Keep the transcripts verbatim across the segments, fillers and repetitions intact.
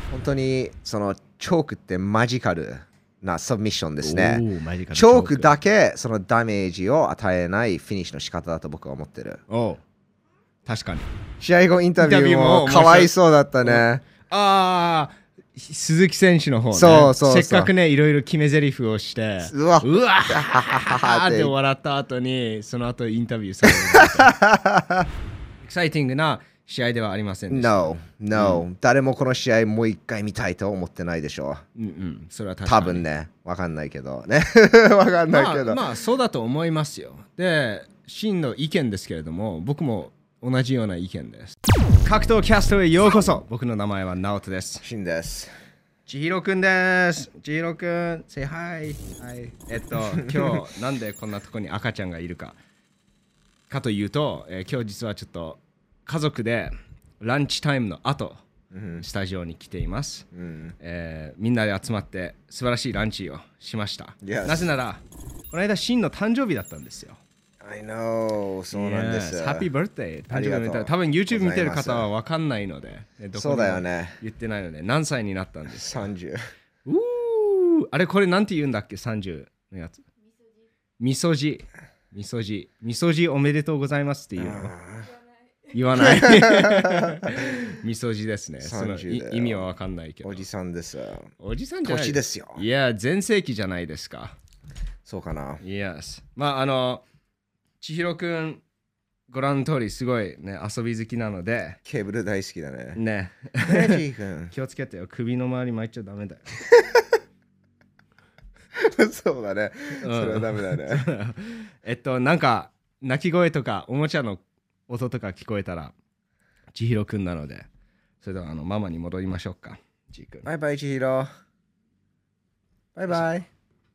本当にそのチョークってマジカルなサブミッションですね。 おーマジカルチョークだけそのダメージを与えないフィニッシュの仕方だと僕は思ってる。 おう確かに。 試合後インタビューインタビューももかわいそうだったね。 ああ、鈴木選手の方ね。 そうそうそうせっかくね、いろいろ決め台詞をして、 うわうわーって笑った後に、その後インタビューされる。エキサイティングな試合ではありませんでした。 No, no、うん、誰もこの試合もう一回見たいと思ってないでしょう。 うんうん、それは確かに。 多分ね、わかんないけどね。わかんないけど。 まあ、まあ、そうだと思いますよ。で、真の意見ですけれども、僕も同じような意見です。格闘キャストへようこそ。僕の名前はナオトです。 シンです。 千尋くんです。千尋くん、say hi。はい。えっと、今日なんでこんなとこに赤ちゃんがいるか。かというと、えー、今日実はちょっと家族でランチタイムの後、うん、スタジオに来ています、うんえー。みんなで集まって素晴らしいランチをしました。 Yes. なぜなら、この間、シンの誕生日だったんですよ。 I know、そうなんです。 Yes. Happy birthday。誕生日見たら、多分 YouTube 見てる方は分かんないので、 どこにも言ってないので、何歳になったんですか？ さんじゅう。 うーあれ、これなんて言うんだっけ？ さんじゅう のやつ。みそじ。みそじ。みそじおめでとうございますっていうの。言わない。みそじですね。その意味は分かんないけど。 おじさんです。 おじさんじゃない。 年ですよ。 いや、全盛期じゃないですか。 そうかな。 Yes。まあ、あの、千尋くん、ご覧の通り、すごいね、遊び好きなので。 ケーブル大好きだね。 ね。 ね気をつけてよ。首の周り巻いちゃダメだよ。 そうだね。それはダメだね。 えっと、なんか、鳴き声とか、おもちゃの音とか聞こえたら、千尋くんなので、それではあのママに戻りましょうか。ちーくん。 バイバイ、千尋。バイバイ。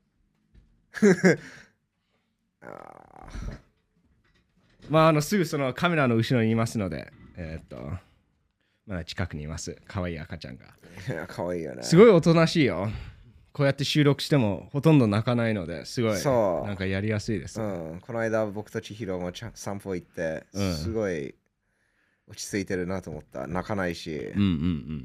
あまあ、あの、すぐそのカメラの後ろにいますので、えー、っと、まだ近くにいます。かわいい赤ちゃんが。 いや、かわいいよね。 すごいおとなしいよ。こうやって収録してもほとんど泣かないのですごいなんかやりやすいです、 うん、この間僕と千尋も散歩行って、うん、すごい落ち着いてるなと思った。泣かないし、 うんうんうん、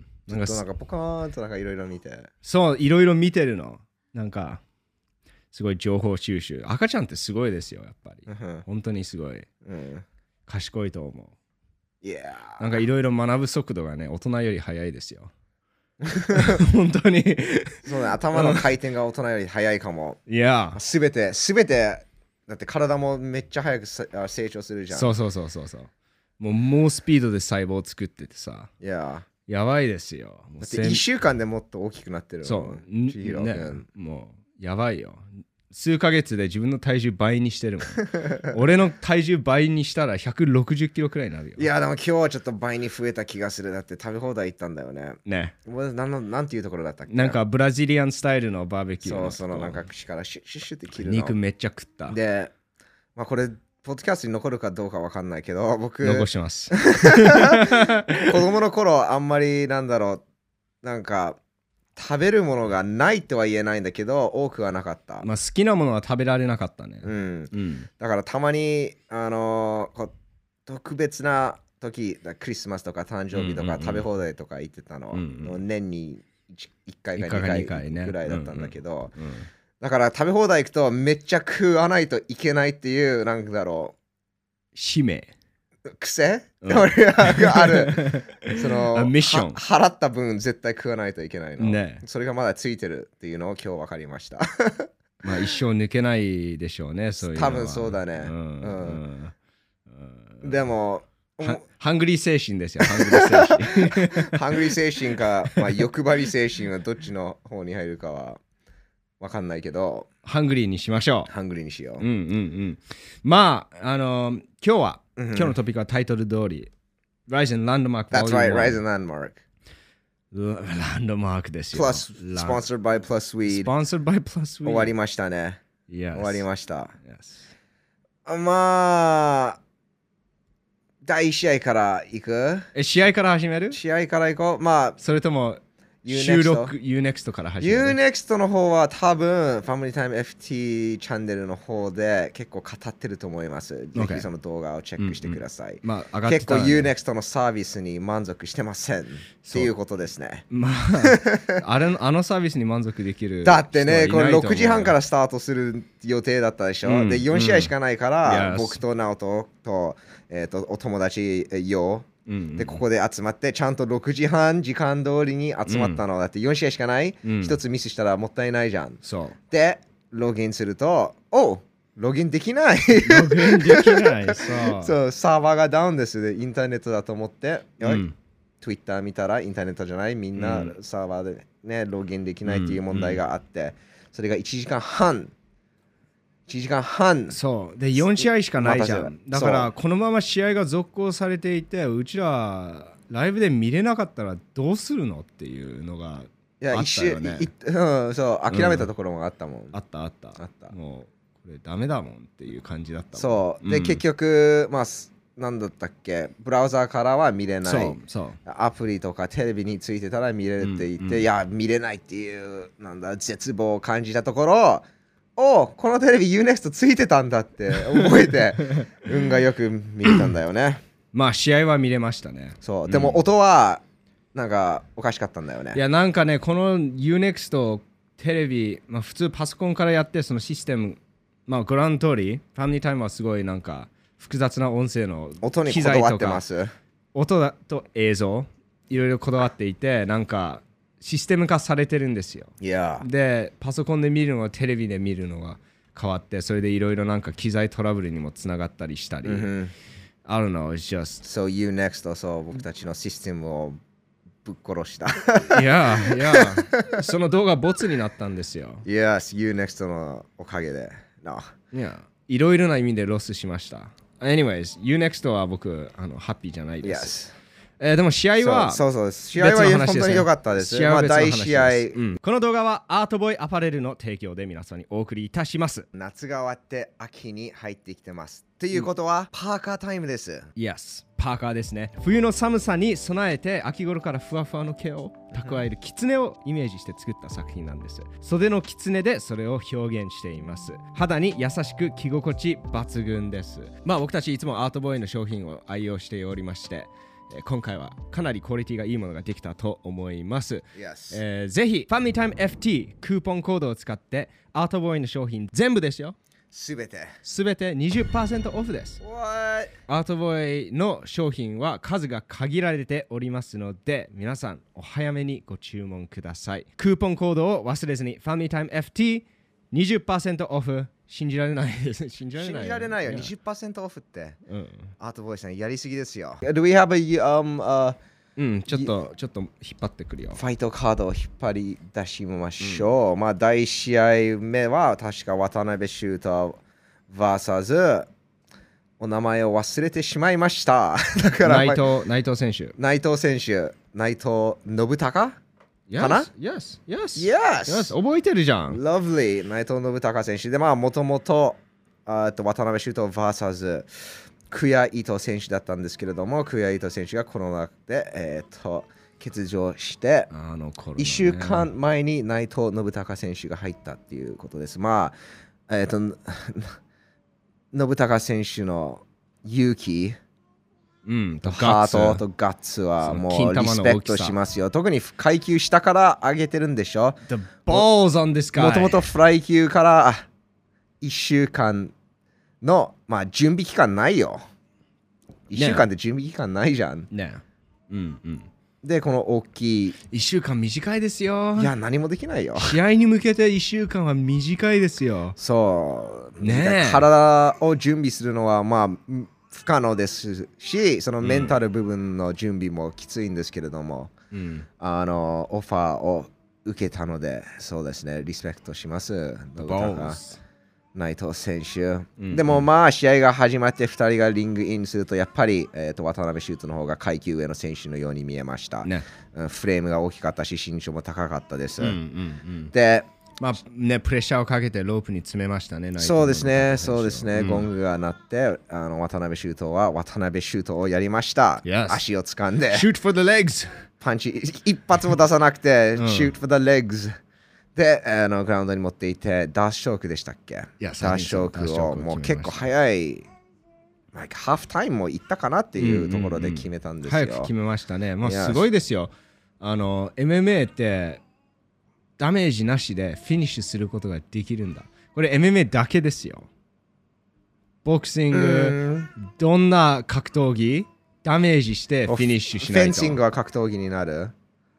なんかなんかポカーンとなんかいろいろ見て、 そういろいろ見てるの。なんかすごい情報収集。赤ちゃんってすごいですよやっぱり、うん、本当にすごい、うん、賢いと思う。 いやなんかいろいろ学ぶ速度がね大人より早いですよ。本当にそうね、頭の回転が大人より早いかも。 いやすべてすべてだって体もめっちゃ早く成長するじゃん。 そうそうそうそうそうもう猛スピードで細胞を作っててさ、 いややばいですよ。 だっていっしゅうかんでもっと大きくなってる。 そうね、もうやばいよ。数ヶ月で自分の体重倍にしてるもん。俺の体重倍にしたらひゃくろくじゅっキロくらいになるよ。 いやでも今日はちょっと倍に増えた気がする。だって食べ放題行ったんだよね。 ね。 なんなんていうところだったっけ？ なんかブラジリアンスタイルのバーベキュー。 そう、そのなんか口からシュッシュッシュッって切るの。 肉めっちゃ食った。 で、まあこれポッドキャストに残るかどうかわかんないけど、僕残します。 子供の頃あんまりなんだろう、なんか食べるものがないとは言えないんだけど多くはなかった。 まあ好きなものは食べられなかったね。 うん。うん、だからたまにあのー、こう特別な時、クリスマスとか誕生日とか食べ放題とか行ってたの。うんうん、年に 1, いっかいかにかいぐらいだったんだけど、うんうんうん、だから食べ放題行くとめっちゃ食わないといけないっていうなんだろう。使命。 癖、うん、がある。そのミッション払った分絶対食わないといけないの、 ね、 それがまだついてるっていうのを今日分かりました。 まあ一生抜けないでしょうね、そういうのは。 多分そうだね、うんうんうん、でもハングリー精神ですよ。ハングリー精神ハングリー精神か、まあ、欲張り精神はどっちの方に入るかは分かんないけど、 ハングリーにしましょう。 ハングリーにしよう。 うんうんうん。まああのー、今日は今日のトピックはタイトル通り Rise and Landmark That's right, Rise and Landmark ランドマークですよ。 Plus Sponsored by Plus Weed Sponsored by Plus Weed 終わりましたね、 yes. 終わりました、 yes. まあだいいち試合から行く？ え試合から始める？ 試合から行こう。まあそれとも収録 ユーネクスト から始める。 ユーネクスト の方は多分、ファミリータイム エフティー チャンネルの方で結構語ってると思います。ぜひその動画をチェックしてください。 まあ、上がって結構 ユーネクスト のサービスに満足してませんっていうことですね。 まあ、あれあのサービスに満足できる。 だってね、これろくじはんからスタートする予定だったでしょ。うん、で、よん試合しかないから、うん、僕とナオトと、えー、とお友達よ。でここで集まってちゃんとろくじはん時間通りに集まったの、うん、だってよん試合しかない、うん、ひとつミスしたらもったいないじゃん。 そうでログインするとおログインできないログインできないそうそうサーバーがダウンですでインターネットだと思って、うん、Twitter 見たらインターネットじゃないみんなサーバーで、ね、ログインできないっていう問題があって、うんうん、それがいちじかんはんいちじかんはんそうでよん試合しかないじゃん。だからこのまま試合が続行されていてうちらライブで見れなかったらどうするのっていうのがあったよね。 いやうん、そう諦めたところもあったもん、うん、 あったあったあったもうこれダメだもんっていう感じだったもん。 そうで、うん、結局まあなんだったっけブラウザーからは見れないそうそうアプリとかテレビについてたら見れるって言って、うんうん、いや見れないっていうなんだ絶望を感じたところおこのテレビ ユーネクスト ついてたんだって覚えて運がよく見れたんだよね。 まあ試合は見れましたね。 そう、うん、でも音はなんかおかしかったんだよね。 いやなんかねこの ユーネクスト テレビ、まあ、普通パソコンからやってそのシステムまあご覧の通りファミリータイムはすごいなんか複雑な音声の機材とか音だと映像いろいろこだわっていてなんかシステム化されてるんですよ。 Yeah. でパソコンで見るのはテレビで見るのが変わってそれでいろいろなんか機材トラブルにもつながったりしたり、mm-hmm. I don't know, it's just So you next そう僕たちのシステムをぶっ殺したいやいやその動画ボツになったんですよ。 Yes, you next のおかげで No いやいろいろな意味でロスしました。 Anyways, you next は僕あのハッピーじゃないです。 Yes えー、でも試合はそうそうそう試合は本当に良かったです。 試合は別の話です。 まあ、大試合、 うん、この動画はアートボーイアパレルの提供で皆さんにお送りいたします。 夏が終わって秋に入ってきてますということは、うん、パーカータイムです。 Yes パーカーですね。冬の寒さに備えて秋頃からふわふわの毛を蓄えるキツネをイメージして作った作品なんです。袖のキツネでそれを表現しています。肌に優しく着心地抜群です。まあ僕たちいつもアートボーイの商品を愛用しておりまして今回はかなりクオリティがいいものができたと思います、 yes. えー、ぜひ ファミリータイムエフティー クーポンコードを使ってアートボーイの商品全部ですよすべてすべて にじゅっパーセント オフです。 What? アートボーイの商品は数が限られておりますので皆さんお早めにご注文ください。クーポンコードを忘れずに ファミリータイムエフティー にじゅっパーセント オフ信じられないです。信じられないよ。 信じられないよ。にじゅっパーセントオフって。うん、アートボーイさんやりすぎですよ。Do we have a um uh うん、ちょっとちょっと引っ張ってくるよ。 ファイトカードを引っ張り出しましょう。うん、まあ第一試合目は確か渡辺修太 ブイエス お名前を忘れてしまいました。だから内藤内藤選手。 内藤選手。内藤信孝かな Yes, yes, yes, yes. 覚えてるじゃん。 Lovely 内藤信孝選手で、まあもともと渡辺修太 ブイエス 久谷伊藤選手だったんですけれども、久谷伊藤選手がコロナで、えー、と欠場してあの頃、ね、 いっしゅうかんまえに内藤信孝選手が入ったっていうことです。まあ、えっ、ー、と信孝選手の勇気うん、 とハートとガッツはもうリスペクトしますよ。特に階級下から上げてるんでしょ。 The balls on this guy。 もともとフライ級からいっしゅうかんの、まあ、準備期間ないよ。いっしゅうかんで準備期間ないじゃん。 ね。うんうん。 で、この大きい。 いっしゅうかん短いですよ。 いや、何もできないよ。 試合に向けていっしゅうかんは短いですよ。 そう。 ね。 体を準備するのは、まあ、不可能ですし、そのメンタル部分の準備もきついんですけれども、うん、あのオファーを受けたので、そうですね、リスペクトします。内藤選手、うん、でもまあ試合が始まってふたりがリングインするとやっぱり、えー、と渡辺修太の方が階級上の選手のように見えました、ね、フレームが大きかったし身長も高かったです、うんうんうん、でまあね、プレッシャーをかけてロープに詰めましたね。 そうですね、そうですね、うん、ゴングが鳴ってあの渡辺修太は渡辺修太をやりました、 yes. 足を掴んで Shoot for the legs パンチ一発も出さなくて、 うん shoot for the legs であのグラウンドに持っていてダッシュチョークでしたっけ？ いやダッシュチョークをもう結構早いlike、ハーフタイムもいったかなっていうところで決めたんですよ。 早く決めましたね。まあ Yes すごいですよ。あの エムエムエー ってダメージなしでフィニッシュすることができるんだ。これ エムエムエー だけですよ。ボクシング、どんな格闘技ダメージしてフィニッシュしないと。 フェンシングは格闘技になる。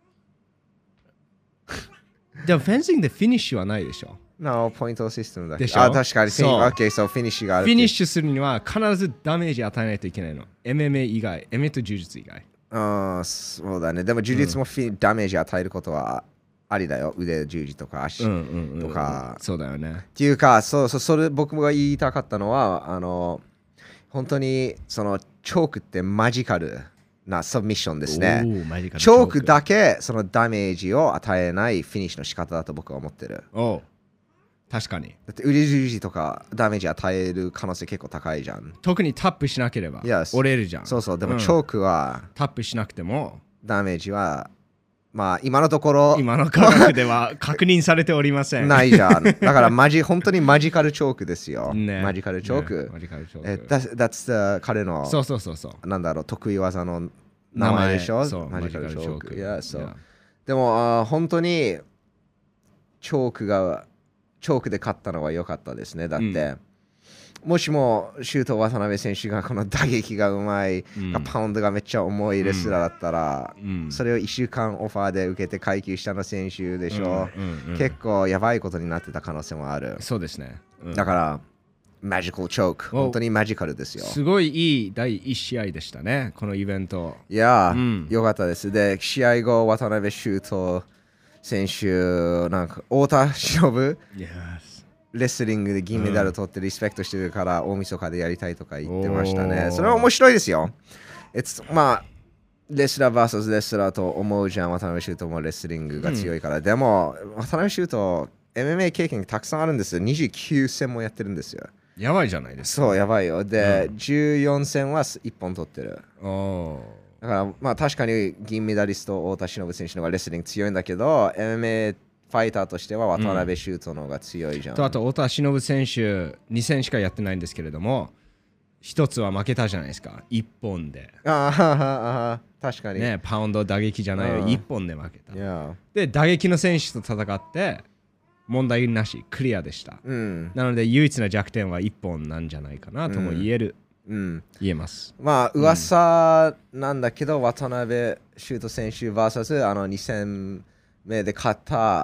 でもフェンシングでフィニッシュはないでしょ。 No、ポイントシステムだけ。 でしょ。 あ、確かに。 そう。 OK、そう、フィニッシュがある。 フィニッシュするには必ずダメージ与えないといけないの。エムエムエー 以外、エムエムエー と柔術以外。 ああ、そうだね。でも柔術もフィ、うん、ダメージ与えることはありだよ。腕十字とか足とか。うんうんうんうん、 そうだよね。 っていうか、そうそう、それ僕が言いたかったのは、あの、本当にそのチョークってマジカルなサブミッションですね。チョークだけそのダメージを与えないフィニッシュの仕方だと僕は思ってる。 お確かに。 だって腕十字とかダメージ与える可能性結構高いじゃん。 特にタップしなければ、yes、折れるじゃん。 そうそう、でもチョークは、 うん、タップしなくてもダメージはまあ今のところ今の科学では確認されておりません。 ないじゃん。だからマジ本当にマジカルチョークですよ。ね、マジカルチョーク。 ね、マジカルチョーク。 え、that's, that's、uh, 彼のそうそうそうそうなんだろう得意技の名前でしょ。 そうマジカルチョーク。いや、そう。でも、本当にチョークがチョークで勝ったのは良かったですね。だって、うんもしもシュート渡辺選手がこの打撃がうまい、うん、パウンドがめっちゃ重いレスラーだったら、うん、それをいっしゅうかんオファーで受けて階級下の選手でしょ、うんうんうん、結構やばいことになってた可能性もある。 そうですね、 うん、だからマジカルチョーク本当にマジカルですよ。 すごいいいだいいち試合でしたねこのイベント。 いや、うん、よかったです。で試合後渡辺シュート選手なんか太田忍、yesレスリングで銀メダル取ってリスペクトしてるから大晦日でやりたいとか言ってましたね。それは面白いですよ。まあ、レスラー ブイエス レスラーと思うじゃん。渡辺シュートもレスリングが強いから。うん、でも、渡辺シュート エムエムエー 経験たくさんあるんですよ。にじゅうきゅう戦もやってるんですよ。 やばいじゃないですか。そう、やばいよ。で、うん、じゅうよん戦はいっぽん取ってる。だから、まあ確かに銀メダリスト太田忍選手の方がレスリング強いんだけど、エムエムエーファイターとしては渡辺シュートの方が強いじゃん。 うん、とあと太田忍選手に戦しかやってないんですけれどもひとつは負けたじゃないですかいっぽんで。 ああ確かにねパウンド打撃じゃないよいっぽんで負けた。で打撃の選手と戦って問題なしクリアでした、うん、なので唯一の弱点はいっぽんなんじゃないかなとも言える、うんうん、言えます。 まあ噂なんだけど、うん、渡辺シュート選手 ブイエス あのに戦目で勝った、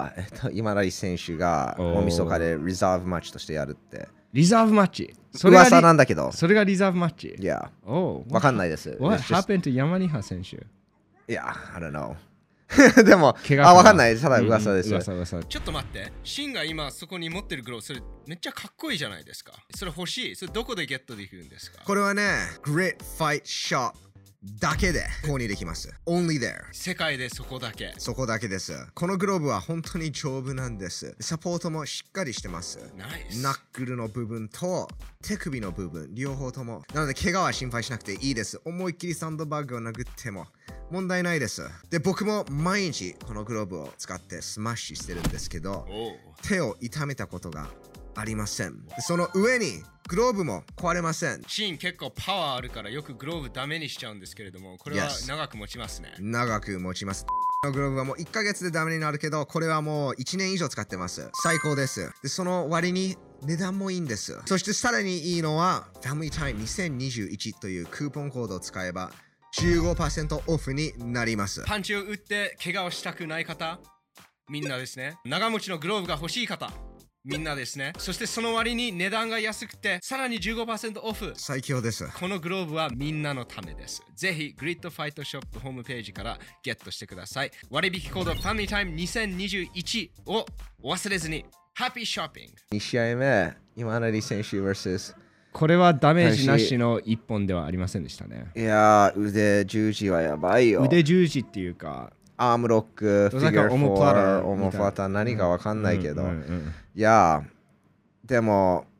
えっと、今成選手が大晦日でリザーブマッチとしてやるって。 リザーブマッチそれが噂なんだけど。 それがリザーブマッチ。 いや、わかんないです。 What happened to 山ニハ選手？ いや、I don't know でも、あ、わかんない。ただ噂です。 噂噂。ちょっと待って、シンが今そこに持ってるグローブ、それめっちゃかっこいいじゃないですか。それ欲しい。それどこでゲットできるんですか？ これはね、Grit Fight Shopだけで購入できます。Only there。 世界でそこだけ。 そこだけです。このグローブは本当に丈夫なんです。サポートもしっかりしてます。 ナイス。 ナックルの部分と手首の部分、両方とも。なので怪我は心配しなくていいです。思いっきりサンドバッグを殴っても問題ないです。で、僕も毎日このグローブを使ってスマッシュしてるんですけど、手を痛めたことがありません。その上にグローブも壊れません。 シーン結構パワーあるからよくグローブダメにしちゃうんですけれども、これは長く持ちますね。 Yes. 長く持ちます。このグローブはもういっかげつでダメになるけど、これはもういちねん以上使ってます。最高です。で、その割に値段もいいんです。そしてさらにいいのは Family Time にせんにじゅういちというクーポンコードを使えば じゅうごパーセント オフになります。 パンチを打って怪我をしたくない方、みんなですね。長持ちのグローブが欲しい方、みんなですね。そしてその割に値段が安くてさらに じゅうごパーセント オフ。 最強です。 このグローブはみんなのためです。ぜひグリッドファイトショップホームページからゲットしてください。割引コード ファミリータイムにせんにじゅういち をお忘れずに。ハッピーショッピング。 に試合目、今成選手 ブイエスこれはダメージなしのいっぽんではありませんでしたね。 いやー、腕十字はやばいよ。 腕十字っていうかアームロック、フィギュアフォー、オモプラター、何かわかんないけど。いやー、でも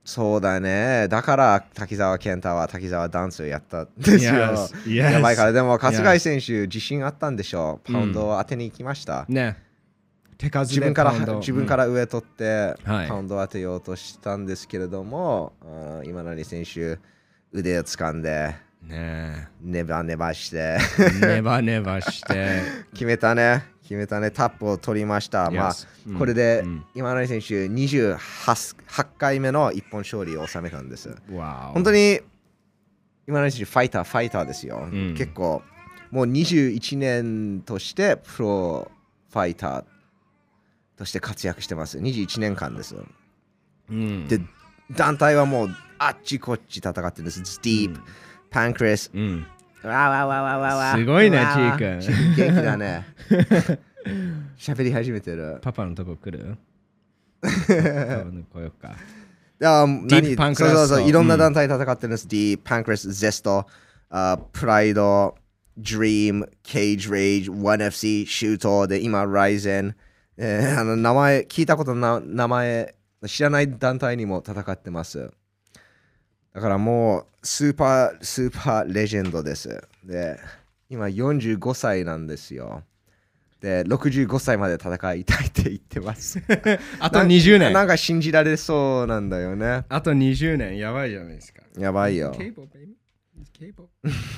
そうだね。だから滝沢健太は滝沢ダンスをやったんですよ。 Yes, yes. やばいから。でも、春日井選手、自信あったんでしょう。パウンドを当てに行きました。 ね。手数自分からでパウンド自分から上取って、 うんはいパウンドを当てようとしたんですけれども、あ今成選手、腕を掴んで、 ねネバネバしてネバネバして決めたね。決めたね。タップを取りました。まあ Yes うんこれでうん今成選手にじゅうはち回目の一本勝利を収めたんです。 わお本当に今成選手ファイターファイターですよ。 ん結構もうにじゅういちねんとしてプロファイターとして活躍してます。にじゅういちねんかんです。 うんで、団体はもうあっちこっち戦ってるんです。スティープ、パンクレス、 うんわわわわわわ。 すごいねわわちーくんちーくん元気だね。喋り始めてる。 パパのとこ来るパパの来ようかあディープパンクレスそうそうそう、 うんいろんな団体戦ってるんです。ディープ、パンクレス、ゼスト、あプライド、ドリーム、ケージレイジ、ワンエフシー、シュートで、今、ライゼン、えーあの名前、聞いたことの名前、知らない団体にも戦ってます。だからもう、スーパー、スーパーレジェンドです。で、今よんじゅうごさいなんですよ。で、ろくじゅうごさいまで戦いたいって言ってます。 あとにじゅうねんななんか信じられそうなんだよね。 あとにじゅうねんやばいじゃないですかやばいよ。 ケーポップ、baby. K-pop.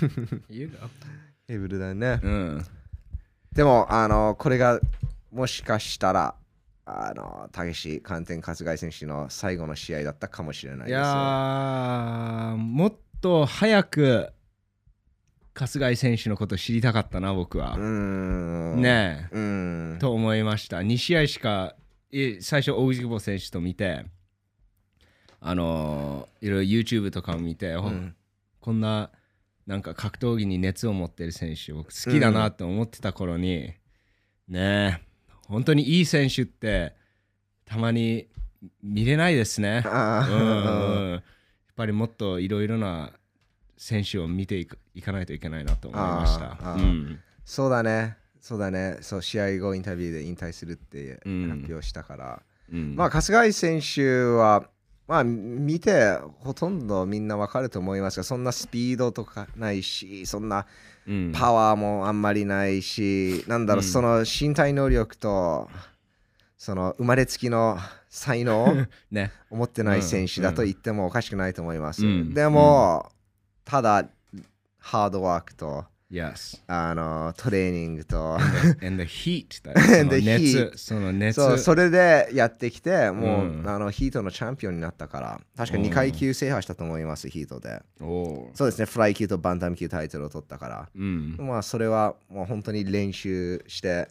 You go. テーブルだね。 うんでも、あの、これがもしかしたら、あの、たけし、寒天春日井選手の最後の試合だったかもしれないです。 いやーもっと早く春日井選手のこと知りたかったな僕はうー、ん。 ねえうーん。 と思いましたに試合しかえ最初大久保選手と見てあのーいろいろ YouTube とかを見て、おんこんななんか格闘技に熱を持ってる選手僕好きだなって思ってた頃に、ねえ本当にいい選手ってたまに見れないですね。 あうんうんーやっぱりもっといろいろな選手を見ていくいかないといけないなと思いました。 あーあーうんそうだね。そうだね。そう、試合後インタビューで引退するってうん発表したから。 うんまあ、春日井選手は、まあ、見てほとんどみんなわかると思いますが、そんなスピードとかないし、そんなうんパワーもあんまりないし、なんだろう、 うんその身体能力と、その生まれつきの才能をね持ってない選手だと言ってもおかしくないと思います。 うんでも、ただ、ハードワークと、 Yes あのトレーニングと、 and the heat だよそ And の the 熱 heat その熱そうそれでやってきて、もう、 うんあのヒートのチャンピオンになったから、確かにかい級制覇したと思います、ヒートで。 おーそうですね、フライ級とバンタム級タイトルを取ったから。 うんまあ、それはもう本当に練習して、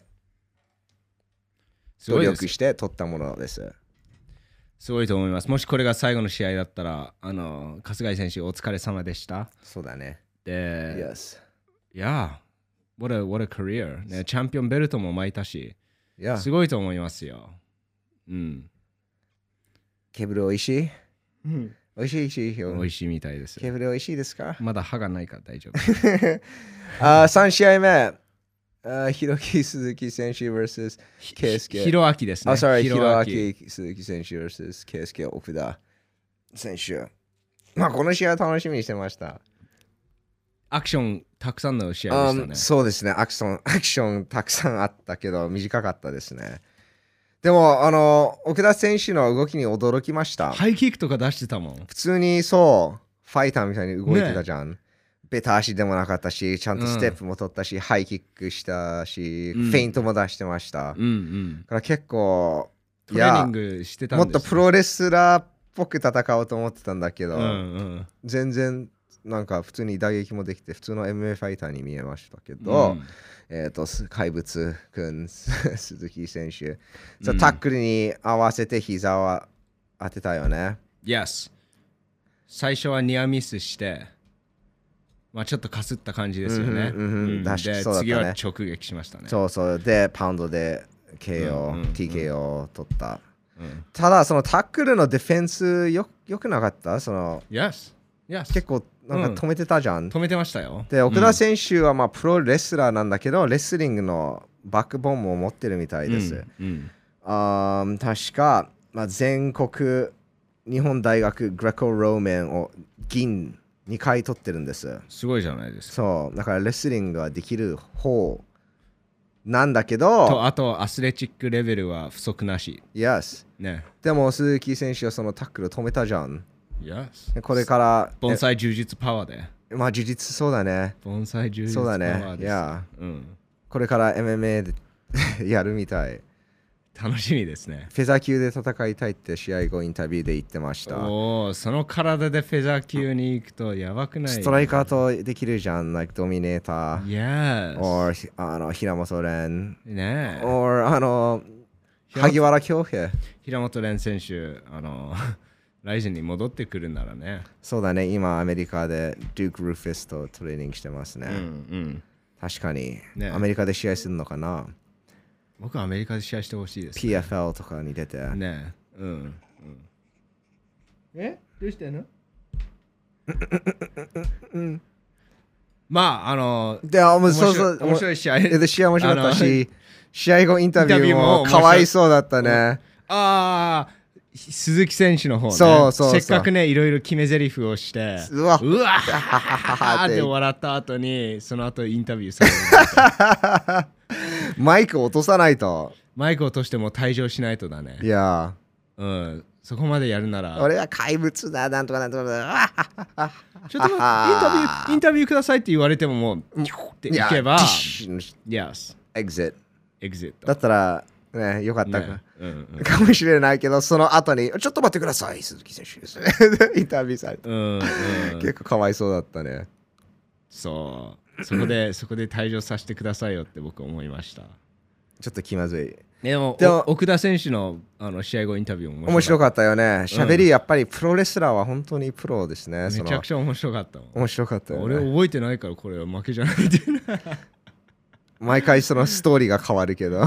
すごいです努力して取ったものです。 すごいと思います。もしこれが最後の試合だったら、あの春日井選手お疲れ様でした。 そうだね。 で、 Yes. いや、what a, what a career、ね。チャンピオンベルトも巻いたし、 Yeah. すごいと思いますよ。うん。 ケーブルおいしいおいしいおいしいよ。 美味しいみたいです。 ケーブルおいしいですか？ まだ歯がないから大丈夫。 あさん試合目。あひろき鈴木選手 vs ケイスケ。 ひろあきですね。 あ、sorry、ひろあき。 き鈴木選手 vs ケイスケ奥田選手。まあ、この試合楽しみにしてました。 アクションたくさんの試合でしたね。 Um, そうですね、アクション、アクションたくさんあったけど、短かったですね。でも、あの、奥田選手の動きに驚きました。 ハイキックとか出してたもん。 普通にそう、ファイターみたいに動いてたじゃん。ベタ足でもなかったし、ちゃんとステップも取ったし、ハイキックしたし、 うんフェイントも出してました。 うんうん。 だから結構、 トレーニングしてたんです、ね、 もっとプロレスラーっぽく戦おうと思ってたんだけど、 うんうん全然なんか普通に打撃もできて普通の エムエー ファイターに見えましたけど、 うんえっ、と怪物くん鈴木選手、そうタックルに合わせて膝を当てたよね。 Yes。最初はニアミスして、まあちょっとかすった感じですよね。 うんうんうんうんだしで、 そうだったね次は直撃しましたね。 そうそうでパウンドで ケーオー、 うんうんうんティーケーオー を取った。 うんただそのタックルのディフェンスよよくなかった？その Yes。Yes。 結構なんか止めてたじゃん。 止めてましたよ。 で、奥田選手はまあプロレスラーなんだけど、レスリングのバックボーンも持ってるみたいです。 うんうんあー確か、まあ、全国日本大学グレコローメンを銀にかい取ってるんです。 すごいじゃないですか。 そう、だからレスリングができる方なんだけど、 とあとアスレチックレベルは不足なし。 Yes。 ね。 でも鈴木選手はそのタックル止めたじゃん。 Yes。 これから、 盆栽充実パワーで。 まあ、充実そうだね。 盆栽充実パワーです。 そうだね。いや、 うん、 これから エムエムエー でやるみたい。 楽しみですね。 フェザー級で戦いたいって試合後インタビューで言ってました。 おお、その体でフェザー級に行くとやばくない？ ストライカーとできるじゃん、like ドミネーター。 Yes。 or あの平本蓮。 ねえ。 or あの萩原恭平。 平本蓮選手、あのライジンに戻ってくるならね。 そうだね、今アメリカでデューク・ルーフィスとトレーニングしてますね。 うんうん、 確かに、 ね、 アメリカで試合するのかな。 僕はアメリカで試合してほしいです、ね。 ピーエフエル とかに出て。 ねえ。うん。うん、えどうしてんのまあ、あの、 でもそうそう面白い試合。 で試合面白かったし、試合後インタビューもかわいそうだったね。 ああ、鈴木選手の方ね。 そうそうそう。 せっかくね、いろいろ決め台詞をして、 うわうわーって笑った後に、その後インタビューされる。 マイク落とさないと。 マイク落としても退場しないとだね。 いや、 うん、そこまでやるなら。 俺は怪物だ、なんとかなんとかだ。 ちょっとインタビュー、インタビューくださいって言われてももう、っていけば、Yes。 Exit。 Exit。 だったら、ね、よかったか、 ねうんうん、 かもしれないけど、その後に、ちょっと待ってください、鈴木選手ですね。インタビューされて、 うんうん。 結構かわいそうだったね。 そう。そこで、そこで退場させてくださいよって僕思いました。 ちょっと気まずい。 でも、でも奥田選手のあの試合後インタビューも面白かったよね。喋り、やっぱりプロレスラーは本当にプロですね。 めちゃくちゃ面白かったもん。 面白かったよね。 俺覚えてないからこれは負けじゃないっていう。 毎回そのストーリーが変わるけど。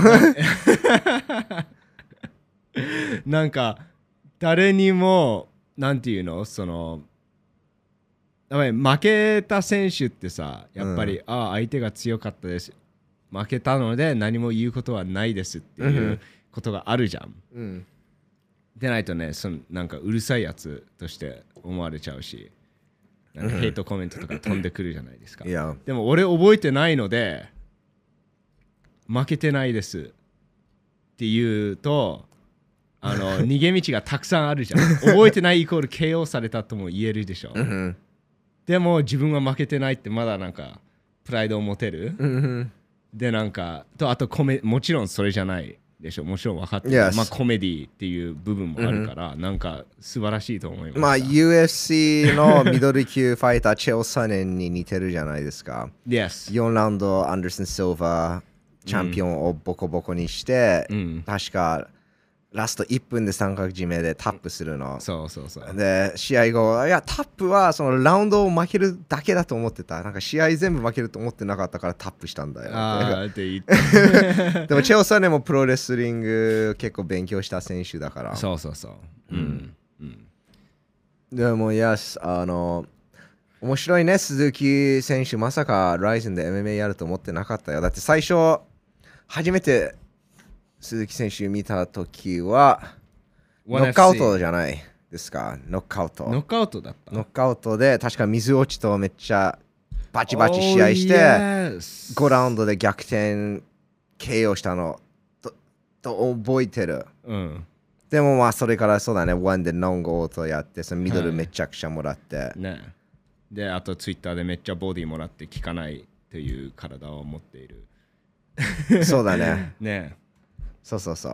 なんか誰にもなんていうのそのやっぱり負けた選手ってさやっぱり、うん、ああ相手が強かったです負けたので何も言うことはないですっていうことがあるじゃん、うん、でないとねそのなんかうるさいやつとして思われちゃうしなんかヘイトコメントとか飛んでくるじゃないですか、うん、でも俺覚えてないので負けてないですって言うとあの逃げ道がたくさんあるじゃん覚えてないイコール ケーオー されたとも言えるでしょ、うん、でも自分は負けてないってまだなんかプライドを持てる、うん、でなんかとあとコメもちろんそれじゃないでしょもちろん分かってる、yes. まあコメディっていう部分もあるから、うん、なんか素晴らしいと思います。 まあ ユーエフシー のミドル級ファイターチェオ・サネンに似てるじゃないですか。 yes. よんラウンドアンダーソン・シルバーチャンピオンをボコボコにして、うん、確かラストいっぷんで三角締めでタップするの。 そうそうそう。 で、試合後、いや、タップはそのラウンドを負けるだけだと思ってた。なんか試合全部負けると思ってなかったからタップしたんだよ。 あって言ってでも、チェオサネもプロレスリング結構勉強した選手だから。 そうそうそう。うん。うん、 でも、いや、あの、面白いね、鈴木選手。まさかライゼンで エムエムエー やると思ってなかったよ。だって最初、初めて鈴木選手見たときは、ノックアウトじゃないですか。ノックアウト。 ノックアウトだった。 ノックアウトで、確か水落ちとめっちゃバチバチ試合して、oh, yes. ごラウンドで逆転 ケーオー したのと、と覚えてる。うん、でもまあ、それからそうだね、ワンでノンゴーとやって、そのミドルめちゃくちゃもらって。はい、 ね。で、あとツイッターでめっちゃボディもらって効かないという体を持っている。 そうだね。 ね。 そうそうそう。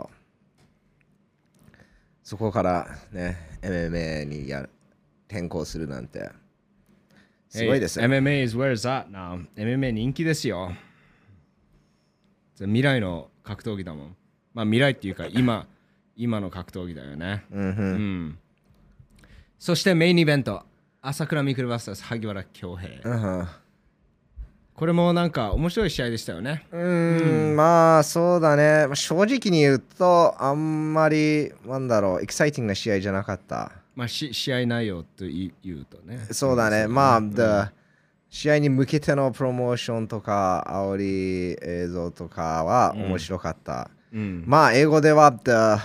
そこからね、エムエムエー にや転向するなんて。すごいですよ。 Hey, エムエムエー is where is that now? エムエムエー 人気ですよ。未来の格闘技だもん。まあ未来っていうか今、今の格闘技だよね。うん、うん。そしてメインイベント、朝倉未来 ブイエス 萩原恭平。うんこれもなんか面白い試合でしたよね。 うーん、うん、まあそうだね。正直に言うとあんまりなんだろうエキサイティングな試合じゃなかった。 まあし試合内容と言うとね。 そうだね。うん、まあ、うん、試合に向けてのプロモーションとか煽り映像とかは面白かった。うん、まあ英語では The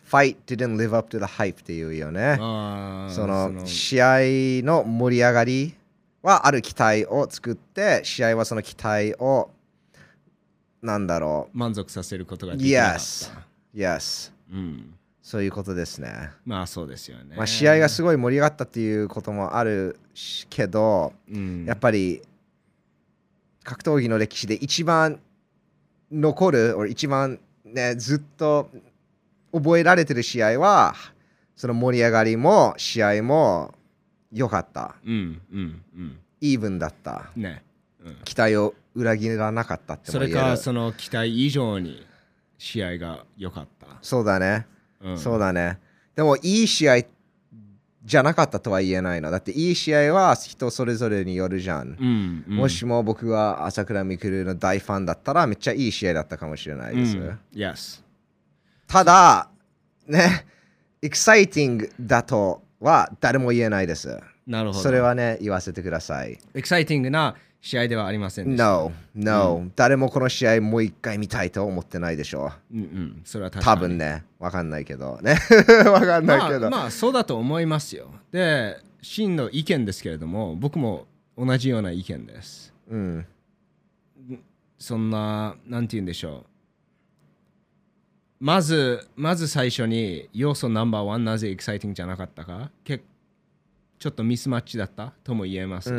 fight didn't live up to the hype っていうよね。 あその試合の盛り上がりはある期待を作って、試合はその期待をなんだろう満足させることができなかった。 Yes, yes、うん、そういうことですね。 まあそうですよね。 まあ、試合がすごい盛り上がったっていうこともあるけど、うん、やっぱり格闘技の歴史で一番残る、or一番、ね、ずっと覚えられてる試合は、その盛り上がりも試合も良かった。 うんうんうん。 イーブンだった。 ね。うん、 期待を裏切らなかったっても言える。 それかその期待以上に試合が良かった。 そうだね。うん、そうだね。でもいい試合じゃなかったとは言えないの。だっていい試合は人それぞれによるじゃん。 うんうん、 もしも僕は朝倉未来の大ファンだったらめっちゃいい試合だったかもしれないです。うん、 yes. ただ、ね、エキサイティングだとは誰も言えないです。 なるほど。 それはね、言わせてください。 エキサイティングな試合ではありませんでした。 No, no、うん、誰もこの試合もう一回見たいと思ってないでしょう。うんうん、それは確かに。 多分ね、わかんないけどね。わかんないけど。 まあ、まあ、そうだと思いますよ。で、真の意見ですけれども、僕も同じような意見です。 うん。 そんな、なんて言うんでしょう。まず、まず最初に要素ナンバーワン、なぜエキサイティングじゃなかったか、結ちょっとミスマッチだったとも言えます、うんうん、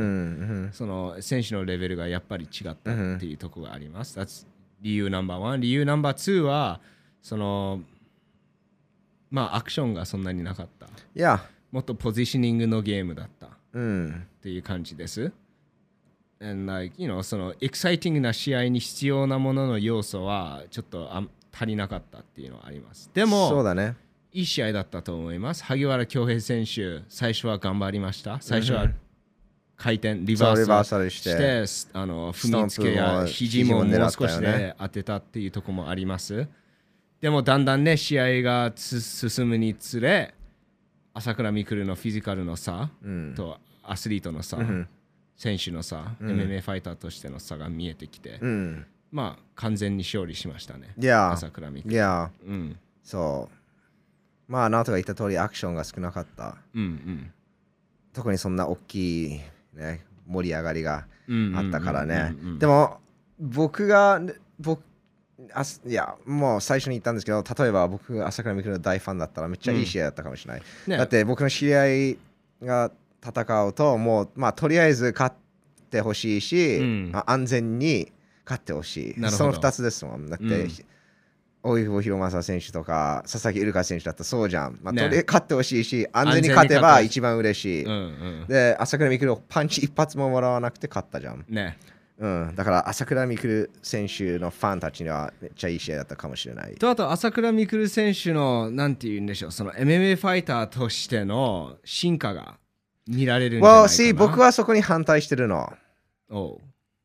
その選手のレベルがやっぱり違ったっていうところがあります、うん、理由ナンバーワン。理由ナンバーツーはそのまあアクションがそんなになかった。 いやもっとポジショニングのゲームだった、 うん、 っていう感じです。And like, you know, そのエキサイティングな試合に必要なものの要素はちょっとあ足りなかったっていうのはあります。でもそうだね、 いい試合だったと思います。萩原恭平選手、最初は頑張りました。最初は回転、リバーサルして、あの踏みつけや肘ももう少しで当てたっていうところもあります。でもだんだんね、試合が進むにつれ、朝倉未来のフィジカルの差とアスリートの差、うん、選手の差、うん、エムエムエー ファイターとしての差が見えてきて、うん、まあ完全に勝利しましたね。 Yeah. 朝倉未来。 Yeah. うん、そう。まあ、ナオトが言った通りアクションが少なかった。 うんうん、 特にそんな大きい、ね、盛り上がりがあったからね。でも、僕が、僕あいや、もう最初に言ったんですけど、例えば僕、朝倉未来の大ファンだったらめっちゃいい試合だったかもしれない。うんね、だって僕の知り合いが戦うと、もう、まあ、とりあえず勝ってほしいし、うん、まあ、安全に勝ってほしい。そのふたつですもん。だって、うん大久保博正選手とか佐々木うるか選手だったらそうじゃん、まあね、とり勝ってほしいし安全に勝てば一番嬉しい、うんうん、で朝倉未来をパンチ一発ももらわなくて勝ったじゃん、 ねうん、だから朝倉未来選手のファンたちにはめっちゃいい試合だったかもしれないと。あと朝倉未来選手のなんて言うんでしょう、その エムエムエー ファイターとしての進化が見られるんじゃないかな。 well, see, 僕はそこに反対してるの。 おう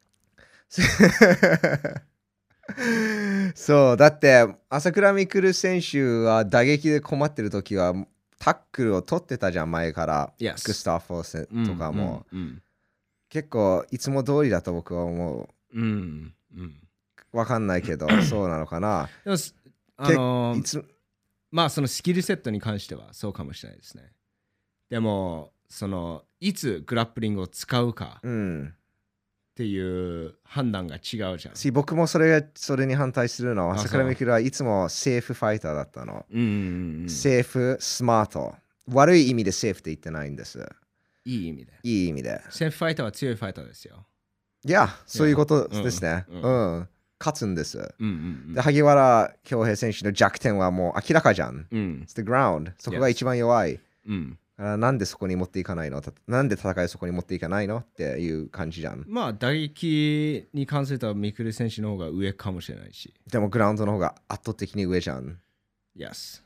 そうだって朝倉未来選手は打撃で困ってる時はタックルを取ってたじゃん前から、 yes. グスタフォーセンとかも、 うんうんうん、 結構いつも通りだと僕は思う、うんうん、 わかんないけどそうなのかな。 でもあのー、いつまあそのスキルセットに関してはそうかもしれないですね。でもそのいつグラップリングを使うか、 うんっていう判断が違うじゃん。 し僕もそれそれに反対するの。朝倉未来はいつもセーフファイターだったの。 うんうんうん、 セーフ、スマート。悪い意味でセーフって言ってないんです。 いい意味で。 いい意味で。 セーフファイターは強いファイターですよ。 いや、そういうことですね。うん。うんうん、勝つんです。 うんうんうん、 で萩原恭平選手の弱点はもう明らかじゃん。 うん、 It's the ground。そこが一番弱い。 うんなんでそこに持っていかないのなんで戦いそこに持っていかないのっていう感じじゃん。 まあ打撃に関すると未来選手の方が上かもしれないし。 でもグラウンドの方が圧倒的に上じゃん。 Yes。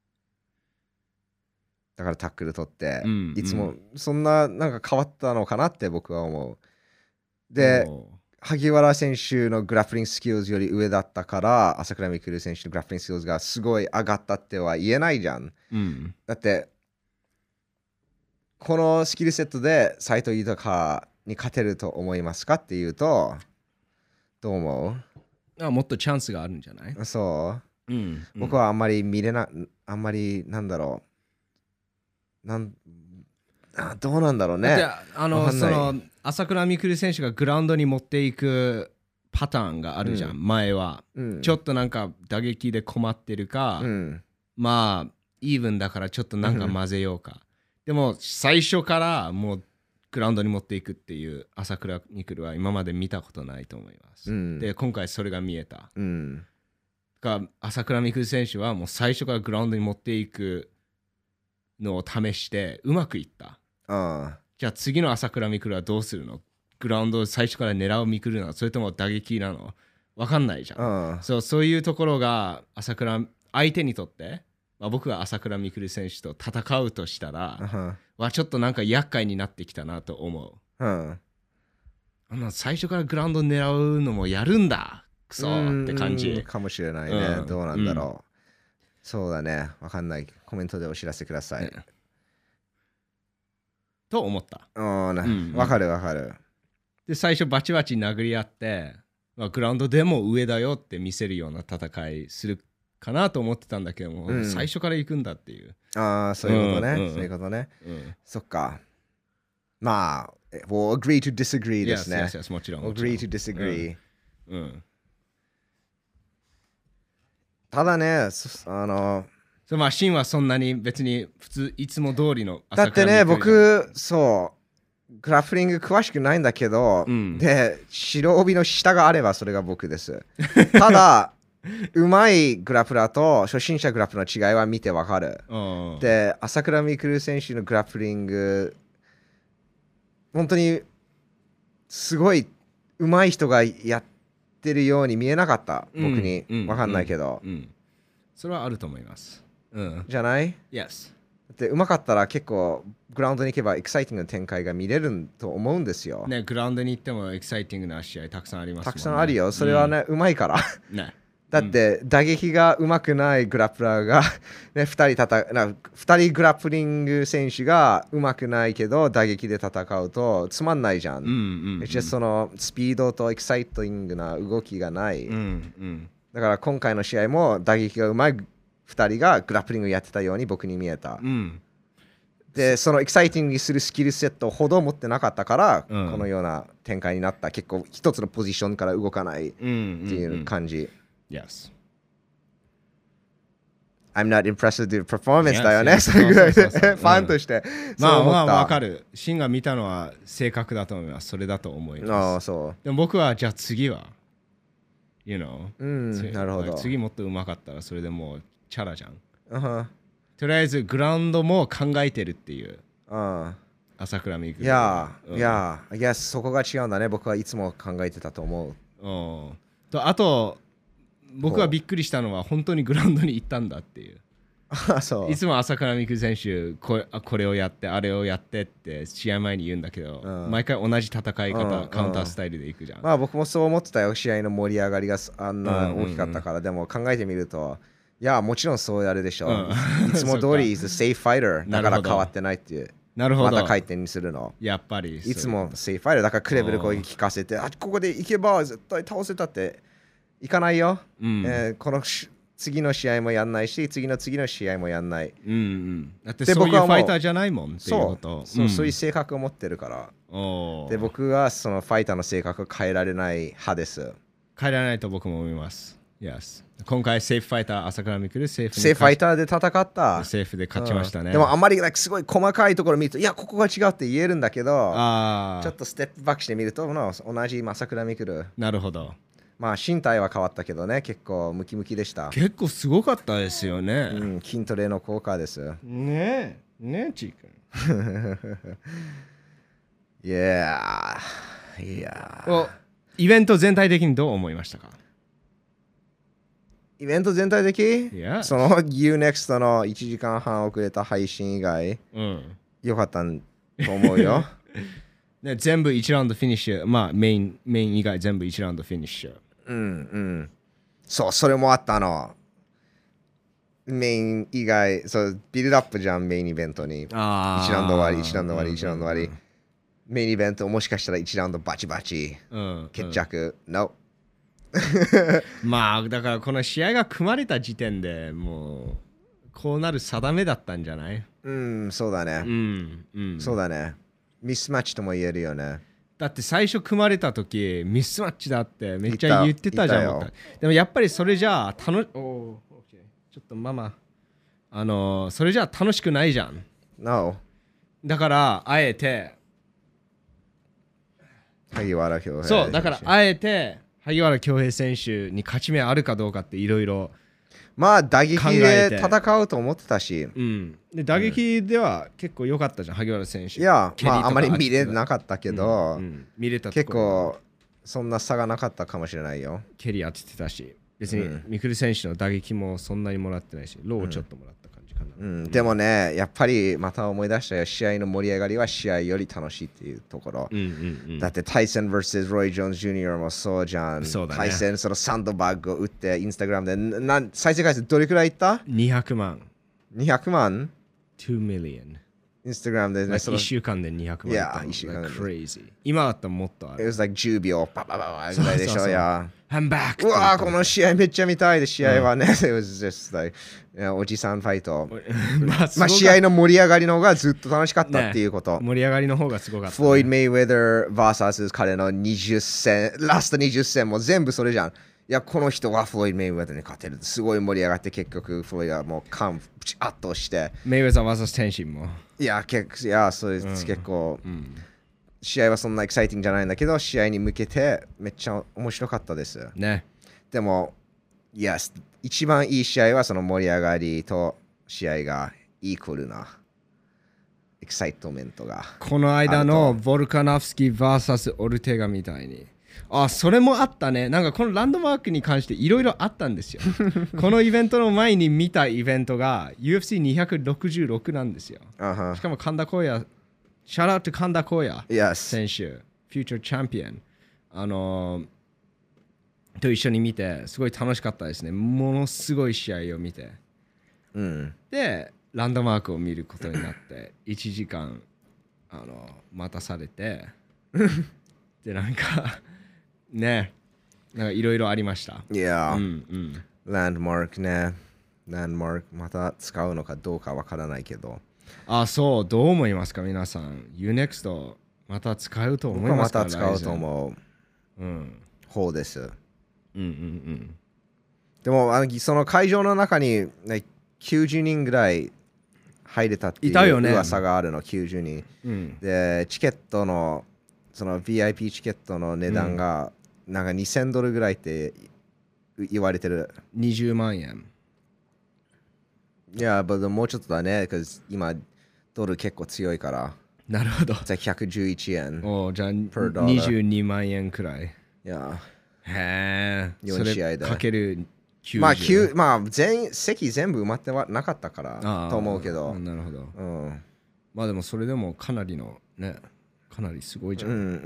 だからタックル取って、 うん、 いつもそんななんか変わったのかなって僕は思う。で、萩原選手のグラップリングスキルズより上だったから朝倉未来選手のグラップリングスキルズがすごい上がったっては言えないじゃん。 うん、 だってこのスキルセットで斎藤豊に勝てると思いますかっていうとどう思う？あ、もっとチャンスがあるんじゃない？ そうん、 僕はあんまり見れな、あんまりなんだろう。なんあどうなんだろうね。 だってあのその朝倉未来選手がグラウンドに持っていくパターンがあるじゃん、うん、前は、うん、ちょっとなんか打撃で困ってるか、うん、まあイーブンだからちょっとなんか混ぜようか、うん、でも最初からもうグラウンドに持っていくっていう朝倉未来は今まで見たことないと思います、うん、で今回それが見えた、うん、が朝倉未来選手はもう最初からグラウンドに持っていくのを試してうまくいった。あじゃあ次の朝倉未来はどうするの？グラウンドを最初から狙う未来なの？それとも打撃なの？分かんないじゃん。そう、そういうところが朝倉相手にとって、まあ、僕が朝倉未来選手と戦うとしたら、uh-huh. はちょっとなんか厄介になってきたなと思う。Uh-huh. あの最初からグラウンド狙うのもやるんだクソって感じかもしれないね、うん、どうなんだろう、うん、そうだね、分かんない。コメントでお知らせください、ね、 と思った。 分、うんうん、かる分かる。 で最初バチバチ殴り合って、まあ、グラウンドでも上だよって見せるような戦いするかなと思ってたんだけども、うん、最初から行くんだっていう。 ああそういうことね、うんうん、そういうことね、うん、そっか。まあ we'll agree to disagree ですね。 Yes, yes, yes, もちろん。 agree to disagree、 うんうん、 ただね、あのそうまあシンはそんなに別に普通いつも通りの朝倉未来だってね、僕そうグラップリング詳しくないんだけど、うん、で白帯の下があればそれが僕です。ただうまいグラップラーと初心者グラップの違いは見てわかる。で朝倉未来選手のグラップリング本当にすごいうまい人がやってるように見えなかった、僕に、うん、わかんないけど、 うんうん、それはあると思います、うん、 じゃない？ Yes。 だってうまかったら結構グラウンドに行けばエキサイティングな展開が見れると思うんですよね。グラウンドに行ってもエキサイティングな試合たくさんありますもんね。 たくさんあるよ、それはね、うん、うまいからね。 だって打撃がうまくないグラップラーが、ね、ふたりたたなふたりグラップリング選手がうまくないけど打撃で戦うとつまんないじゃん。うんうんうん、そのスピードとエキサイティングな動きがない、うんうん、だから今回の試合も打撃がうまいふたりがグラップリングやってたように僕に見えた、うん、でそのエキサイティングにするスキルセットほど持ってなかったから、うん、このような展開になった。結構一つのポジションから動かないっていう感じ、うんうんうん Yes. I'm not impressed with the performance だよね。それぐらいでファンとして。 まあまあわかる。シンが見たのは正確だと思います。それだと思います。 ああそう。 でも僕はじゃあ次は、you know、 うん、なるほど。 次もっと上手かったらそれでもうチャラじゃん。 Uh-huh. とりあえずグラウンドも考えてるっていう。 Uh-huh. 朝倉未来。 いや、いや、いや、そこが違うんだね。僕はいつも考えてたと思う。 うん。とあと僕がびっくりしたのは本当にグラウンドに行ったんだっていう。 あそういつも朝倉未来選手これ、これをやってあれをやってって試合前に言うんだけど、うん、毎回同じ戦い方、うん、カウンタースタイルでいくじゃん。 まあ僕もそう思ってたよ。試合の盛り上がりがあんな大きかったから、うんうんうん、でも考えてみるといやもちろんそうやるでしょう、うん、いつも通り is a safe fighter だから変わってないっていう。 なるほど。 また回転にするのやっぱりいつもセーフファイターだからクレベル攻撃聞かせてあここで行けば絶対倒せたっていかないよ、うんえー、この次の試合もやんないし次の次の試合もやんない、 うんうん、だってそういうファイターじゃないもんっていうことそう、うん、そういう性格を持ってるからで僕はそのファイターの性格を変えられない派です。 変えられないと僕も思います、yes。 今回セーフファイター朝倉未来セーフセーフファイターで戦ったセーフで勝ちましたね、うん、 でもあんまりすごい細かいところ見るといやここが違うって言えるんだけどあちょっとステップバックしてみると同じ朝倉未来。 なるほど。 まあ身体は変わったけどね結構ムキムキでした。 結構すごかったですよね、 うん、筋トレの効果ですねえねえチー君いやいやイベント全体的にどう思いましたか？ イベント全体的、 yeah. その ユーネクスト のいちじかんはん遅れた配信以外、うん、よかったと思うよね、全部いちラウンドフィニッシュ、まあメインメイン以外全部いちラウンドフィニッシュ。 うんうん。そう、それもあったの。メイン以外、そうビルドアップじゃん、メインイベントに。いちラウンド終わり、いちラウンド終わり、いちラウンド終わり。メインイベントもしかしたらいちラウンドバチバチ、うん、決着、うん、No。 まあだからこの試合が組まれた時点でもうこうなる定めだったんじゃない？ うん、そうだね。 うん、うん、 そうだね。ミスマッチとも言えるよね。 だって最初組まれた時ミスマッチだってめっちゃ言ってたじゃん。でもやっぱりそれじゃあ楽おちょっとママあのー、それじゃあ楽しくないじゃん。 No。 だからあえて萩原恭平。 そうだからあえて萩原恭平選手に勝ち目あるかどうかっていろいろまあ打撃で戦うと思ってたし、 うん、で打撃では結構良かったじゃん、萩原選手。 いや、まああまり見れなかったけど、 うんうん、見れた結構そんな差がなかったかもしれないよ。 蹴り当ててたし、別にミクル選手の打撃もそんなにもらってないし、ローをちょっともらった感じかな。 うんうん、でもね、やっぱりまた思い出したよ、試合の盛り上がりは試合より楽しいっていうところ。 うんうんうん、 だってタイソン ブイエス ロイ・ジョーンズ・ジュニアもそうじゃん。 そうだね、 タイソンそのサンドバッグを打ってインスタグラムでなん再生回数どれくらいいった？ にひゃくまん。 にひゃくまん ?にミリオン。 インスタグラムでね、 いっしゅうかんでにひゃくまん。 いや、いっしゅうかんで。 Crazy。今だったらもっとある。 It was like じゅうびょう、パパパパぐらいでしょ、や。 I'm back! うわー、この試合めっちゃ見たいで、試合はね、うん、It was just like, おじさんファイト。まあ、まあ、試合の盛り上がりの方がずっと楽しかったっていうこと。 ね、盛り上がりの方がすごかった、ね。 フロイド・メイウェザー ブイエス 彼のにじゅっせん、ラストにじゅっせんも全部それじゃん。いや、この人はフロイド・メイウェザーに勝てる。すごい盛り上がって、結局、フロイドはもう完圧倒して。 メイウェザー ブイエス 天心も。 いや、結構、いや、そうです、うん、結構、うん、試合はそんなエキサイティングじゃないんだけど、試合に向けてめっちゃ面白かったです。 ね。 でも、いや、一番いい試合はその盛り上がりと試合がイコールなエキサイトメントが。 この間のボルカノフスキー ブイエス オルテガみたいに。あ、それもあったね。なんかこのランドマークに関していろいろあったんですよ。このイベントの前に見たイベントが ユーエフシーにひゃくろくじゅうろく なんですよ。 Uh-huh. しかも神田光也、シャラウト神田光也 Yes. 選手、フューチャーチャンピオン。あのーと一緒に見てすごい楽しかったですね。ものすごい試合を見て、 うん、 でランドマークを見ることになっていちじかんあの待たされてでなんかねなんかいろいろありました。 いや、 うんうん、 ランドマークね、ランドマークまた使うのかどうかわからないけど。 あ、そう、どう思いますか皆さん。 ユーネクスト また使うと思いますか？ また使うと思う、 うん、 方です。 うんうんうん、 でもあのその会場の中に、ね、きゅうじゅうにんぐらい入れたっていう噂があるの、ね、きゅうじゅうにん、うん、でチケットのその ブイアイピー チケットの値段がなんかにせんドルぐらいって言われてる。 にじゅうまんえん。 いや、もうちょっとだね、今ドル結構強いから。 なるほど。 じゃあひゃくじゅういちえん。 おじゃあにじゅうにまんえんくらい。 いや。 へえ。 よん試合で。 かけるきゅうじゅう。 まあ、きゅうまあ、全席全部埋まってはなかったからと思うけど。 なるほど。 うん、 まあでもそれでもかなりのね、かなりすごいじゃん。 うんうん。うん、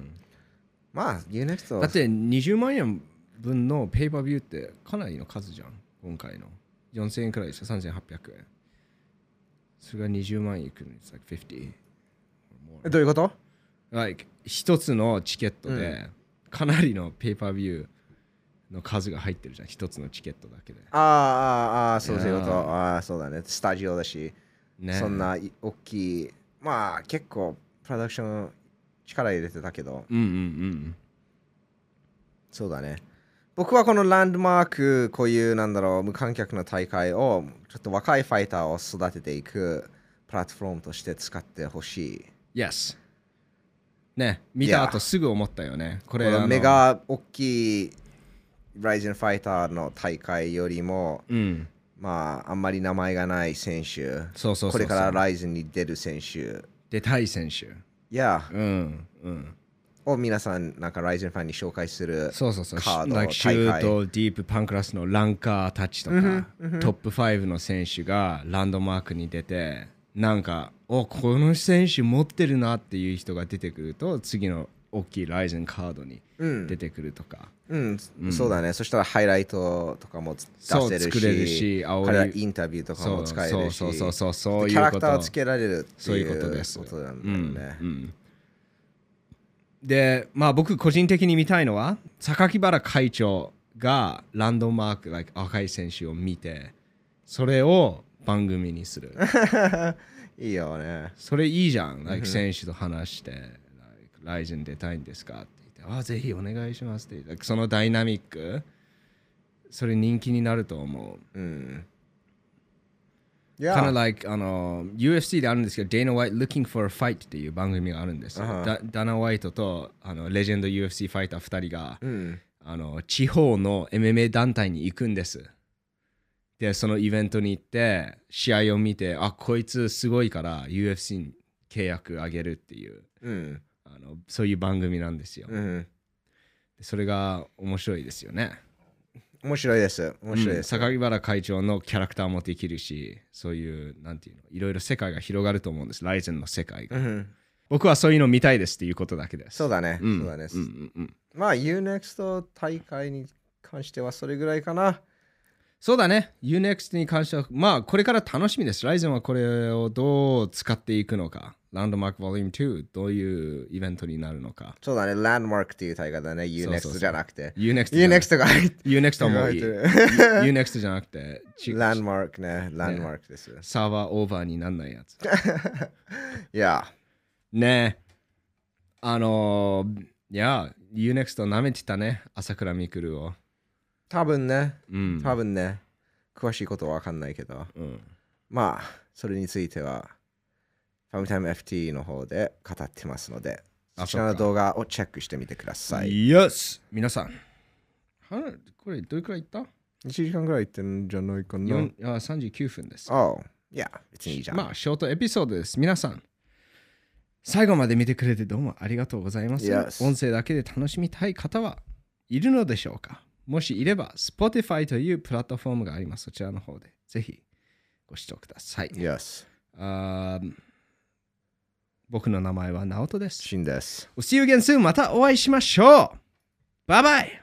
まあ、ユーネクスト。 だってにじゅうまんえん分のペーパービューってかなりの数じゃん。今回の。よんせんえんくらいですよ。さんぜんはっぴゃくえん。それがにじゅうまん円いくのに、like、フィフティー。 どういうこと？ like、一つのチケットでかなりのペーパービューの数が入ってるじゃん。一つのチケットだけで。 ああ、ああ、そういうこと。ああ、そうだね。スタジオだし、 ね、 そんな大きい、まあ結構プロダクション力入れてたけど。 うんうんうん。 そうだね。僕はこのランドマーク、こういうなんだろう、無観客の大会をちょっと若いファイターを育てていくプラットフォームとして使ってほしい。 Yes。ね、見た後すぐ思ったよね。これこのメガ大きいライゼンファイターの大会よりも、 うん、 まああんまり名前がない選手、 そうそうそうそう、 これからライゼンに出る選手、 出たい選手、 いや、 うんうん。 を皆さんなんかライゼンファンに紹介するそうそうそうカード、 like、シュート、ディープ、パンクラスのランカーたちとか、 うんうん、 トップごの選手がランドマークに出て、なんかおこの選手持ってるなっていう人が出てくると、次の大きいライゼンカードに出てくるとか、 うんうん、そうだね。そしたらハイライトとかも出せるし、 作れるし、 彼らインタビューとかも使えるし、 そうそうそうそう、 キャラクターをつけられるっていうそういうことです。 ことなんだよね。 うんうん、 で、まあ僕個人的に見たいのは、榊原会長がランドマーク、like、赤い選手を見て、それを番組にする。 いいよね。 それいいじゃん。like、選手と話して、like、ライゼン出たいんですかって言って、あ、ぜひお願いしますって。like、そのダイナミック、それ人気になると思う。うん。 Yeah. kind of like あの ユーエフシー であるんですけど Dana White Looking for a Fight っていう番組があるんですよ、uh-huh. ダ, ダナ・ワイトとあのレジェンド ユーエフシー ファイターふたりが、うん、あの地方の エムエムエー 団体に行くんです。でそのイベントに行って試合を見て、あ、こいつすごいから ユーエフシー に契約あげるっていう、うん、あのそういう番組なんですよ、うん、でそれが面白いですよね。 面白いです。面白いです。 榊、うん、原会長のキャラクターもできるし、そういうなんていうの、いろいろ世界が広がると思うんです。ライゼンの世界が、うん、僕はそういうの見たいですっていうことだけです。 そうだね。うん、そうだね、うんうんうん。まあ ユーネクスト 大会に関してはそれぐらいかな。 そうだね。ユーネクスト に関してはまあこれから楽しみです。ライゼンはこれをどう使っていくのか。ランドマーク Vol. ツーどういうイベントになるのか。 そうだね。ランドマークっていう大会だね。ユーネクスト じゃなくて。 ユーネクストユーネクストが入って。 ユーネクストもいい。ユーネクストじゃなくて。 ランドマークね。ランドマークです。ね、 サーバーオーバーになんないやつ。 いや。 ねえ。あのー、いや、ユーネクスト 舐めてたね。朝倉未来を。 多分ね。うん、多分ね。詳しいことは分かんないけど。うん、まあ、それについては。ファミタイム エフティー の方で語ってますので、そちらの動画をチェックしてみてください。 Yes! 皆さん、はこれどれくらいいった ? いち 時間くらいいってんじゃないかな。 あさんじゅうきゅうふんです。 Oh, いや、別にいいじゃん。 まあ、ショートエピソードです。皆さん、最後まで見てくれてどうもありがとうございます。 Yes. 音声だけで楽しみたい方はいるのでしょうか？もしいれば、Spotify というプラットフォームがあります。そちらの方でぜひご視聴ください。 Yes. あ僕の名前はナオトです。 シンです。 We'll see you again soon. またお会いしましょう。バイバイ。